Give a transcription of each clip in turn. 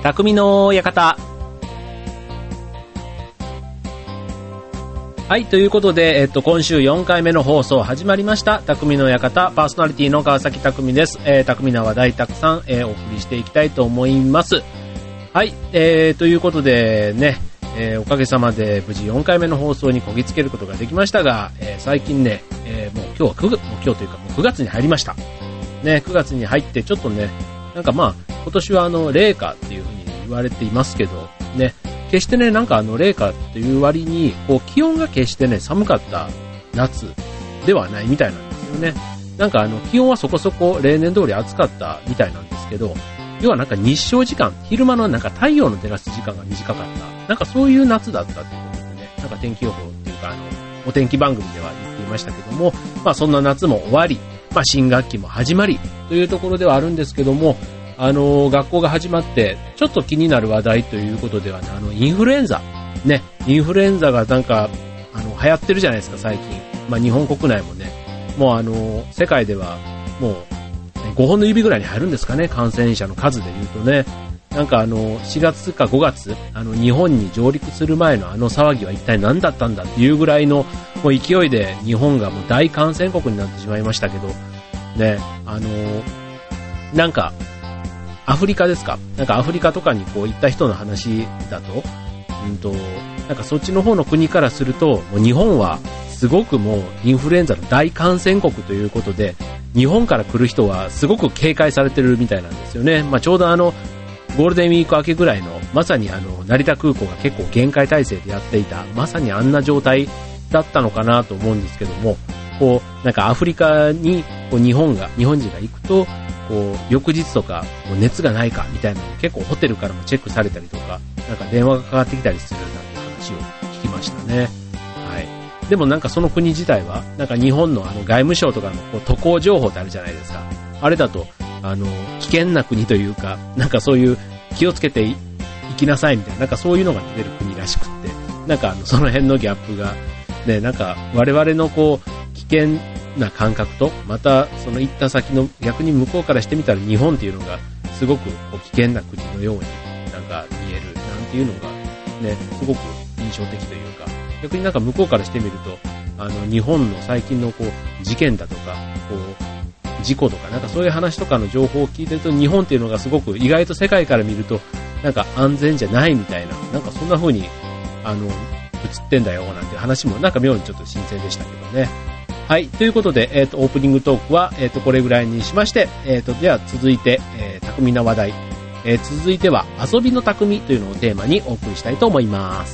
匠の館。はい、ということで、今週4回目の放送始まりました。匠の館、パーソナリティの川崎匠です。匠な話題たくさん、お送りしていきたいと思います。はい、ということでね、おかげさまで無事4回目の放送にこぎつけることができましたが、最近ね、もう今日というかもう9月に入りました。ね、9月に入ってちょっとね、なんかまあ、今年は冷夏っていう風に言われていますけど、ね、決してね、なんか冷夏っていう割に、こう気温が決してね、寒かった夏ではないみたいなんですよね。なんか気温はそこそこ例年通り暑かったみたいなんですけど、要はなんか日照時間、昼間のなんか太陽の照らす時間が短かった。なんかそういう夏だったっていうことでね、なんか天気予報っていうかお天気番組では言っていましたけども、まあそんな夏も終わり、まあ新学期も始まりというところではあるんですけども、学校が始まってちょっと気になる話題ということではね、インフルエンザね、インフルエンザがなんか流行ってるじゃないですか最近。まあ日本国内もね、もう世界ではもう5本の指ぐらいに入るんですかね、感染者の数で言うとね。なんか4月か5月日本に上陸する前の騒ぎは一体何だったんだっていうぐらいのもう勢いで日本がもう大感染国になってしまいましたけどね、なんかアフリカですか？なんかアフリカとかにこう行った人の話だと、なんかそっちの方の国からすると、もう日本はすごくもうインフルエンザの大感染国ということで、日本から来る人はすごく警戒されてるみたいなんですよね。まあちょうどゴールデンウィーク明けぐらいの、まさに成田空港が結構厳戒態勢でやっていた、まさにあんな状態だったのかなと思うんですけども、こう、なんかアフリカにこう日本人が行くと、こう翌日とかもう熱がないかみたいなの結構ホテルからもチェックされたりとか、なんか電話がかかってきたりするなんて話を聞きましたね。はい。でもなんかその国自体はなんか日本の外務省とかのこう渡航情報ってあるじゃないですか。あれだと危険な国というか、なんかそういう気をつけて行きなさいみたいな、なんかそういうのが出る国らしくって、なんかその辺のギャップがね、なんか我々のこう危険な感覚と、またその行った先の逆に向こうからしてみたら日本っていうのがすごくこう危険な国のようになんか見えるなんていうのがね、すごく印象的というか、逆になんか向こうからしてみると日本の最近のこう事件だとかこう事故とかなんかそういう話とかの情報を聞いてると、日本っていうのがすごく意外と世界から見るとなんか安全じゃないみたいな、なんかそんな風に映ってんだよなんていう話もなんか妙にちょっと新鮮でしたけどね。はい。ということで、オープニングトークは、これぐらいにしまして、では続いて、巧みな話題。続いては、遊びの匠というのをテーマにお送りしたいと思います。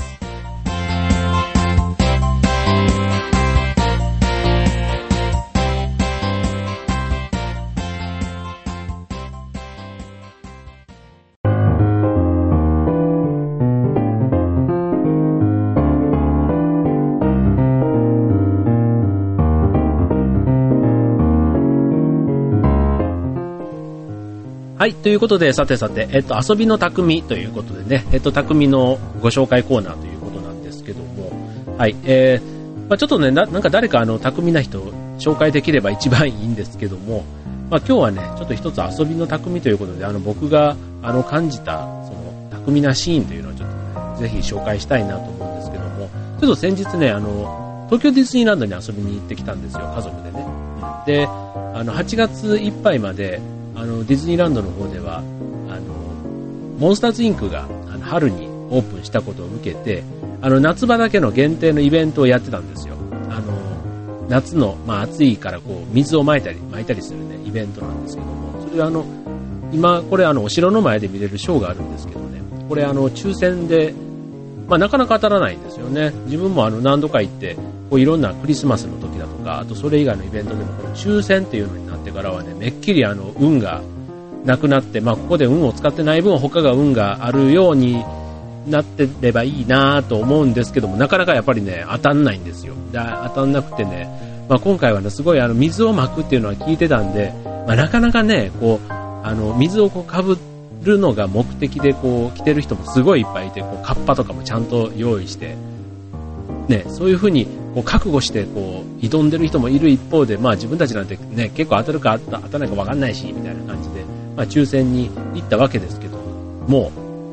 はい。ということで、さて、遊びの匠ということでね、匠のご紹介コーナーということなんですけども、はい。まあ、ちょっとね、なんか誰か匠な人を紹介できれば一番いいんですけども、まあ、今日はね、ちょっと一つ遊びの匠ということで、僕が、感じた、その、匠なシーンというのをちょっとね、ぜひ紹介したいなと思うんですけども、ちょっと先日ね、東京ディズニーランドに遊びに行ってきたんですよ、家族でね。で、8月いっぱいまで、ディズニーランドの方ではモンスターズインクが春にオープンしたことを受けて夏場だけの限定のイベントをやってたんですよ。夏の、まあ、暑いからこう水を撒いたりするねイベントなんですけども、それは今これお城の前で見れるショーがあるんですけどね、これ抽選で、まあ、なかなか当たらないんですよね。自分も何度か行ってこういろんなクリスマスの時だとか、あとそれ以外のイベントでもこの抽選っていうのになってからはね、めっきり運がなくなって、まあここで運を使ってない分他が運があるようになってればいいなと思うんですけども、なかなかやっぱりね当たんないんですよ。当たんなくてね、まあ今回はねすごい水をまくっていうのは聞いてたんで、まあなかなかねこう水をこうかぶるのが目的でこう来てる人もすごいいっぱいいて、こうカッパとかもちゃんと用意してね、そういう風にこう覚悟してこう挑んでる人もいる一方で、まあ自分たちなんてね結構当たるか当たらないか分かんないしみたいな感じで、まあ抽選に行ったわけですけども、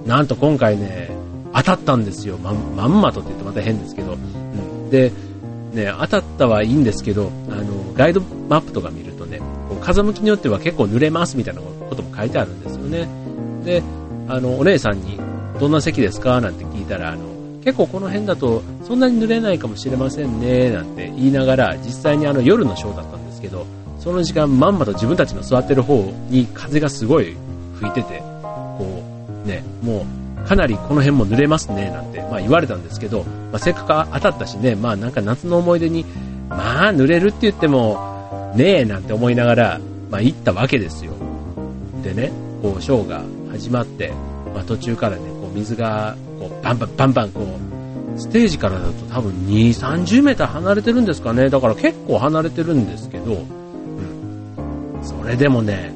なんと今回ね、当たったんですよ。まんまとって言ってまた変ですけど。で、ね、当たったはいいんですけど、ガイドマップとか見るとね、こう風向きによっては結構濡れますみたいなことも書いてあるんですよね。で、お姉さんに、どんな席ですかなんて聞いたら、結構この辺だとそんなに濡れないかもしれませんねなんて言いながら、実際に夜のショーだったんですけど、その時間まんまと自分たちの座ってる方に風がすごい吹いてて、こうね、もうかなりこの辺も濡れますねなんて、言われたんですけど、せっかく当たったしね、なんか夏の思い出に、濡れるって言ってもねえなんて思いながら、行ったわけですよ。でね、こうショーが始まって、途中からね、こう水がこうバンバンこうステージからだと多分2、30メーター離れてるんですかね。だから結構離れてるんですけど、それでもね、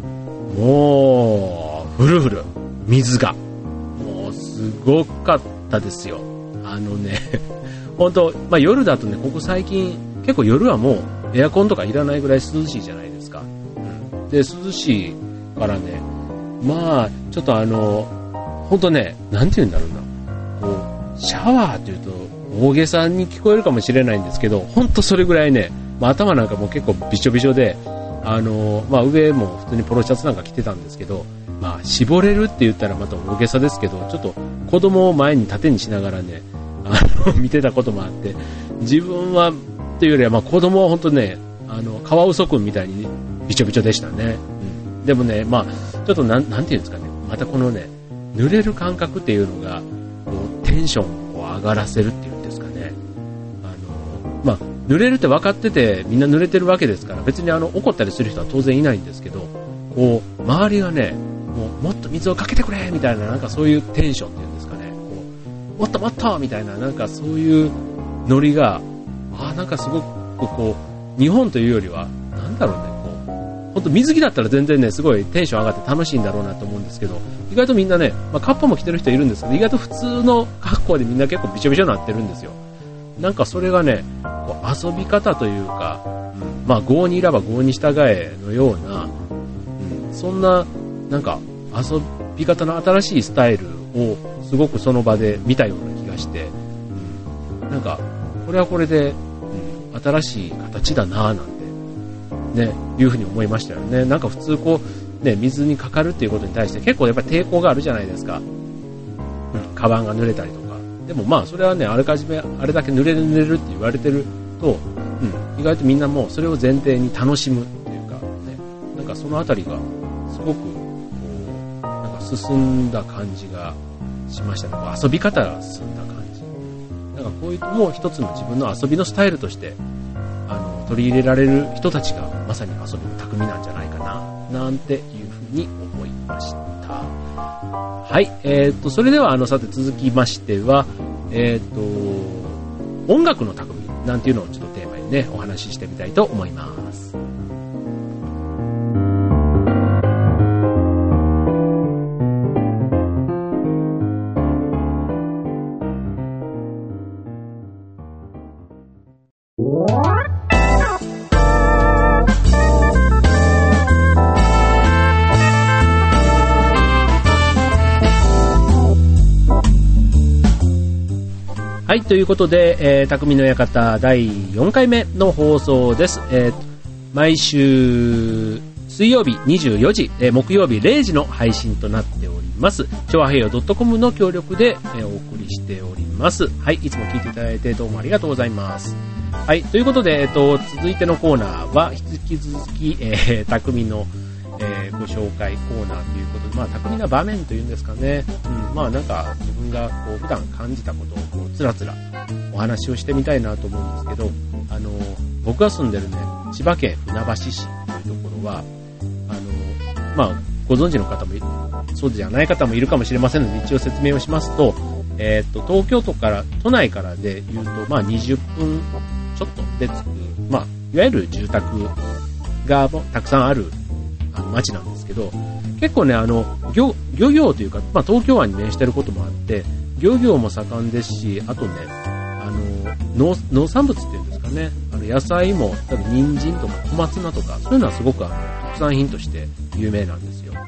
もうフルフル水がもうすごかったですよ。本当、夜だとね、ここ最近結構夜はもうエアコンとかいらないぐらい涼しいじゃないですか。で、涼しいからね、ちょっと本当ね、なんて言うんだろうな、こうシャワーって言うと大げさに聞こえるかもしれないんですけど、本当それぐらいね、頭なんかも結構びしょびしょで、上も普通にポロシャツなんか着てたんですけど、絞れるって言ったらまた大げさですけど、ちょっと子供を前に盾にしながらね、見てたこともあって、自分はというよりは子供は本当ね、カワウソくんみたいにびちょびちょでしたね。でもね、ちょっとなんていうんですかね、またこのね、濡れる感覚っていうのがこうテンションを上がらせるっていうんですかね。濡れるって分かっててみんな濡れてるわけですから、別に怒ったりする人は当然いないんですけど、こう周りがね、もっと水をかけてくれみたいな、なんかそういうテンションっていうんですかね、こうもっともっとみたいな、なんかそういうノリが、なんかすごくこう日本というよりはなんだろうね、本当水着だったら全然ね、すごいテンション上がって楽しいんだろうなと思うんですけど、意外とみんなね、カッパも着てる人いるんですけど、意外と普通の格好でみんな結構びちょびちょになってるんですよ。なんかそれがね、こう遊び方というか、郷にいらば郷に従えのような、そんななんか遊び方の新しいスタイルをすごくその場で見たような気がして、なんかこれはこれで、新しい形だなぁなんてね、いうふうに思いましたよね。なんか普通こうね、水にかかるっていうことに対して結構やっぱり抵抗があるじゃないですか。カバンが濡れたりとか。でもそれはね、あらかじめあれだけ濡れるって言われてると、意外とみんなもうそれを前提に楽しむっていうかね、なんかそのあたりがすごくこうなんか進んだ感じがしましたね。遊び方が進んだ感じ。なんかこういうのも一つの自分の遊びのスタイルとして取り入れられる人たちがまさに遊びの匠なんじゃないかななんていうふうに思いました。はい、それではさて続きましては、音楽の匠なんていうのをちょっとテーマにね、お話ししてみたいと思います。はい、ということで、匠の館第4回目の放送です。毎週水曜日24時、木曜日0時の配信となっております。調和平洋 .com の協力で、お送りしております。はい、いつも聞いていただいてどうもありがとうございます。はい、ということで、続いてのコーナーは引き続き、匠のご紹介コーナーということで、巧みな場面というんですかね。なんか自分がこう普段感じたことをこうつらつらお話をしてみたいなと思うんですけど、僕が住んでるね、千葉県船橋市というところは、ご存知の方もそうじゃない方もいるかもしれませんので、一応説明をしますと、東京都から都内からで言うと、20分ちょっとで着く、いわゆる住宅がたくさんある町なんですけど、結構ね、漁業というか、東京湾に面してることもあって、漁業も盛んですし、あとね、農産物っていうんですかね、野菜も、人参とか小松菜とか、そういうのはすごく特産品として有名なんですよ。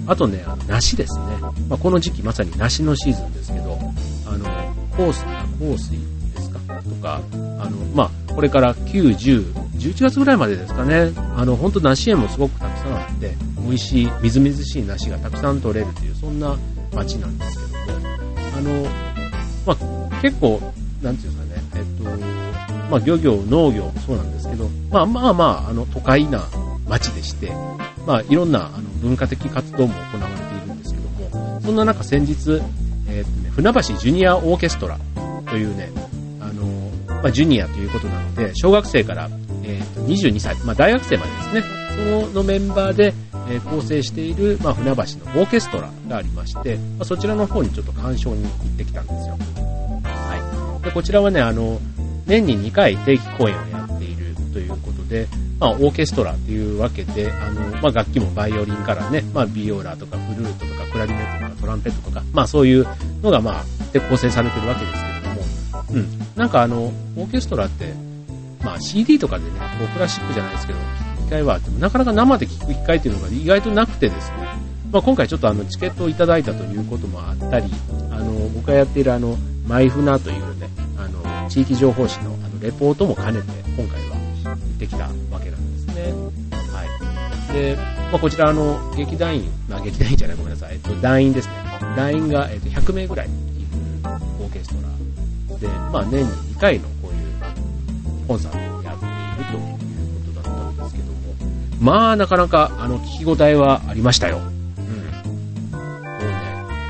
あとね、梨ですね。まあ、この時期まさに梨のシーズンですけど、香水ですかとか、まあ、これから9、10、11月ぐらいまでですかね、本当梨園もすごくたくさんあって、美味しい、みずみずしい梨がたくさん取れるという、そんな町なんですけども、まあ、結構、なんていうんですかね、まあ、漁業、農業もそうなんですけど、まあ、都会な町でして、まあ、いろんな文化的活動も行われているんですけども、そんな中先日、船橋ジュニアオーケストラというね、まあ、ジュニアということなので、小学生から、22歳、まあ、大学生までですね、そのメンバーで、構成している、まあ、船橋のオーケストラがありまして、まあ、そちらの方にちょっと鑑賞に行ってきたんですよ。はい。で、こちらはね、年に2回定期公演をやっているということで、まあ、オーケストラというわけで、まあ、楽器もバイオリンからね、まあ、ビオラとかフルートとかクラリネットとかトランペットとか、まあ、そういうのが、まあ、で構成されてるわけですけれども、なんかオーケストラって、まあ、CD とかでね、こうクラシックじゃないですけど、機会はあっても、なかなか生で聴く機会っていうのが意外となくてですね、まあ、今回ちょっとチケットをいただいたということもあったり、僕がやっているマイフナというね、地域情報誌のレポートも兼ねて、今回は行ってきたわけなんですね。はい。で、まあ、こちら劇団員じゃない、ごめんなさい。団員ですね。団員が、100名ぐらいいるオーケストラで、まあ、年に2回のこういうコンサートをやっているということだったんですけども、まあ、なかなか、聞き応えはありましたよ。もうね、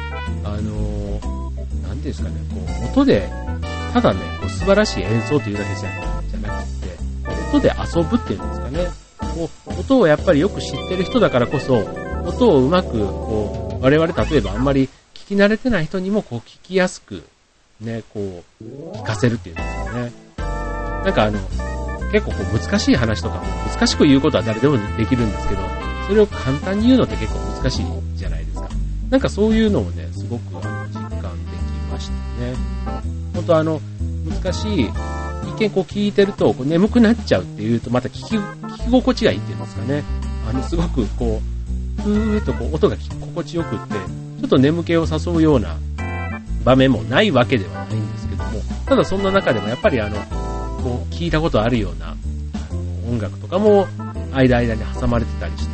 なんていうんですかね、こう、音で、ただね、こう素晴らしい演奏というだけじゃなくて、音で遊ぶっていうんですかね。こう音をやっぱりよく知ってる人だからこそ、音をうまくこう我々例えばあんまり聞き慣れてない人にもこう聞きやすくね、こう聞かせるっていうんですかね。なんか結構こう難しい話とかも難しく言うことは誰でもできるんですけど、それを簡単に言うのって結構難しいじゃないですか。なんかそういうのをね、すごく実感できましたね。本当難しい一見こう聞いてるとこう眠くなっちゃうっていうとまた聞き心地がいいっていうんですかね。すごくこうふーっとこう音が聞き心地よくってちょっと眠気を誘うような場面もないわけではないんですけども、ただそんな中でもやっぱりこう聞いたことあるような音楽とかも間に挟まれてたりして、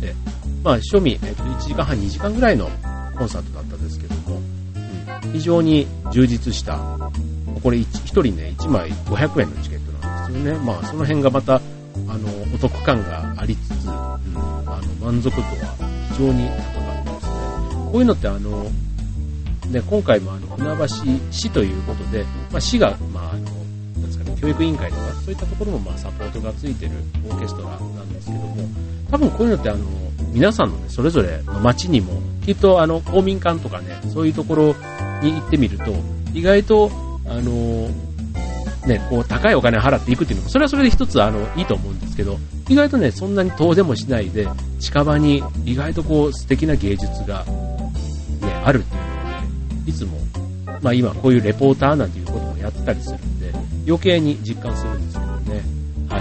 まあ庶民1時間半2時間ぐらいのコンサートだったんですけども、非常に充実した、これ1人ね、1枚500円のチケットなんですよね。まあ、その辺がまた、お得感がありつつ、満足度は非常に高かったですね。こういうのってね、今回も船橋市ということで、まあ、市が、まあ、なんですかね、教育委員会とか、そういったところも、まあ、サポートがついてるオーケストラなんですけども、多分こういうのって皆さんのね、それぞれの町にも、きっと公民館とかね、そういうところに行ってみると、意外と、ね、こう、高いお金を払っていくっていうのも、それはそれで一つ、いいと思うんですけど、意外とね、そんなに遠出もしないで、近場に意外とこう、素敵な芸術が、ね、あるっていうのをね、いつも、まあ今、こういうレポーターなんていうこともやってたりするんで、余計に実感するんですけどね。はい。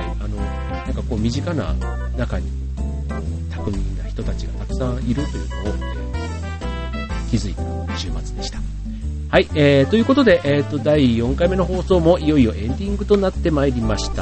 なんかこう、身近な中に、こう、巧みな人たちがたくさんいるというのを、気づいた週末でした。はい、ということで、第4回目の放送もいよいよエンディングとなってまいりました。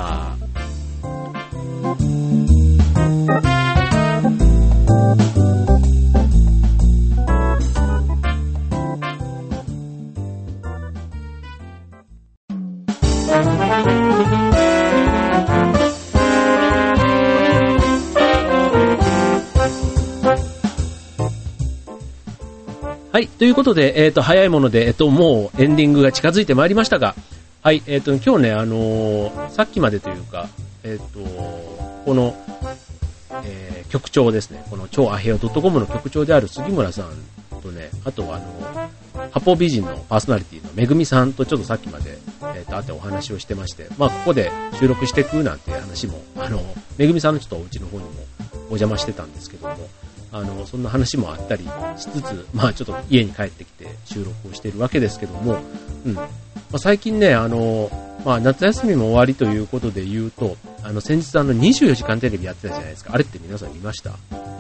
はい。ということで、早いもので、もうエンディングが近づいてまいりましたが、はい。今日ね、さっきまでというか、この、局長ですね。この超アヘヨ .com の局長である杉村さんとね、あとは八方美人のパーソナリティのめぐみさんとちょっとさっきまで、会ってお話をしてまして、まあ、ここで収録していくなんて話も、めぐみさんのちょっとお家の方にもお邪魔してたんですけども、そんな話もあったりしつつ、まあちょっと家に帰ってきて収録をしているわけですけども、まあ、最近ね、まあ夏休みも終わりということで言うと、先日24時間テレビやってたじゃないですか。あれって皆さん見ました？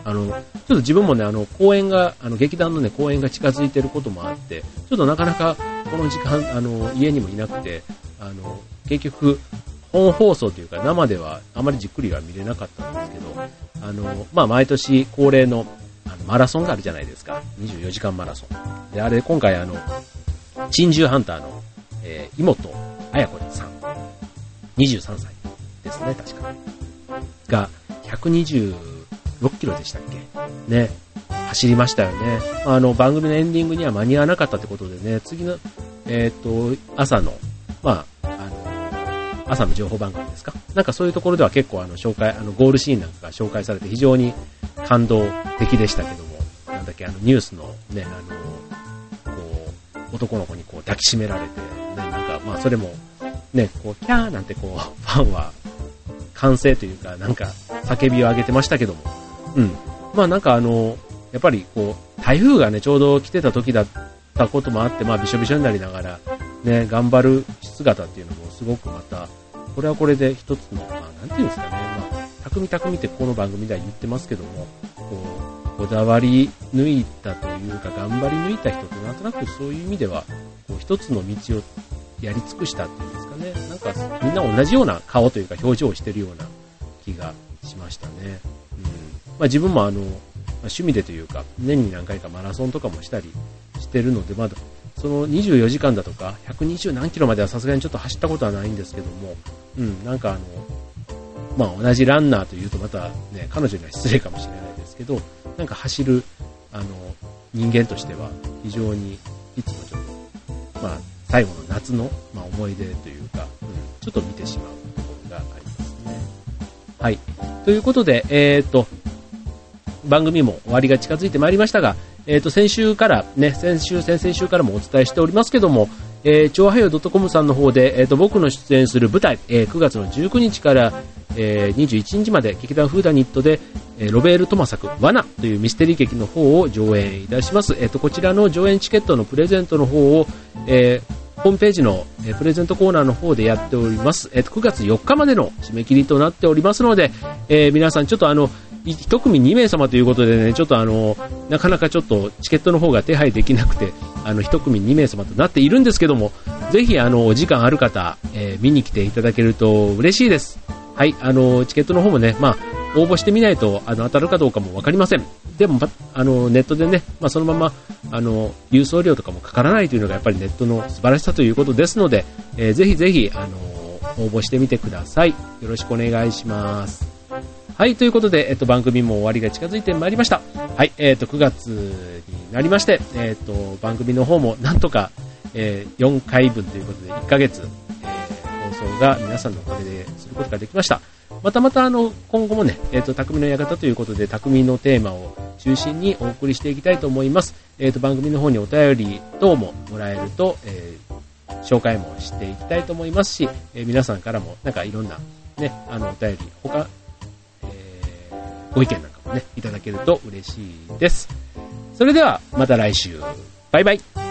ちょっと自分もね、公演が、劇団のね、公演が近づいてることもあって、ちょっとなかなかこの時間、家にもいなくて、結局、本放送というか生ではあまりじっくりは見れなかったんですけど、まあ、毎年恒例のマラソンがあるじゃないですか。24時間マラソン。で、あれ、今回珍獣ハンターの、妹彩子さん、23歳ですね、確か。が、126キロでしたっけね。走りましたよね。番組のエンディングには間に合わなかったってことでね、次の、朝の、まあ、朝の情報番組ですか。なんかそういうところでは結構紹介、ゴールシーンなんかが紹介されて非常に感動的でしたけども、なんだっけ、ニュースのね、こう、男の子にこう抱きしめられて、ね、なんか、まあそれも、ね、こう、キャーなんてこう、ファンは、歓声というか、なんか、叫びを上げてましたけども、うん。まあなんかやっぱりこう、台風がね、ちょうど来てた時だったこともあって、まあびしょびしょになりながら、ね、頑張る姿っていうのもすごくまた、これはこれで一つの、まあなんていうんですかね、まあ、匠ってこの番組では言ってますけども、こう、こだわり抜いたというか、頑張り抜いた人ってなんとなくそういう意味では、こう一つの道をやり尽くしたっていうんですかね、なんかみんな同じような顔というか表情をしてるような気がしましたね。うん。まあ自分も趣味でというか、年に何回かマラソンとかもしたりしてるので、まだ、その24時間だとか、120何キロまではさすがにちょっと走ったことはないんですけども、うん、なんかまあ同じランナーというとまたね、彼女には失礼かもしれないですけど、なんか走る、人間としては非常にいつもちょっと、まあ最後の夏の、まあ、思い出というか、うん、ちょっと見てしまうところがありますね。はい。ということで、番組も終わりが近づいてまいりましたが、先週からね、先々週からもお伝えしておりますけども、超はよ .com さんの方で、僕の出演する舞台、9月の19日から、21日まで劇団フーダニットで、ロベール・トマ作罠というミステリー劇の方を上演いたします。こちらの上演チケットのプレゼントの方を、ホームページのプレゼントコーナーの方でやっております。9月4日までの締め切りとなっておりますので、皆さんちょっと一組2名様ということでね、ちょっとなかなかちょっとチケットの方が手配できなくて、一組2名様となっているんですけども、ぜひお時間ある方、見に来ていただけると嬉しいです。はい、チケットの方もね、まあ、応募してみないと、当たるかどうかもわかりません。でも、ネットでね、まあ、そのまま、郵送料とかもかからないというのがやっぱりネットの素晴らしさということですので、ぜひぜひ、応募してみてください。よろしくお願いします。はい、ということで、番組も終わりが近づいてまいりました。はい、9月になりまして、番組の方もなんとか、4回分ということで、1ヶ月、放送が皆さんのおかげですることができました。また今後もね、匠の館ということで、匠のテーマを中心にお送りしていきたいと思います。番組の方にお便り等ももらえると、紹介もしていきたいと思いますし、皆さんからもなんかいろんなね、お便り、ご意見なんかもね、いただけると嬉しいです。それでは、また来週。バイバイ。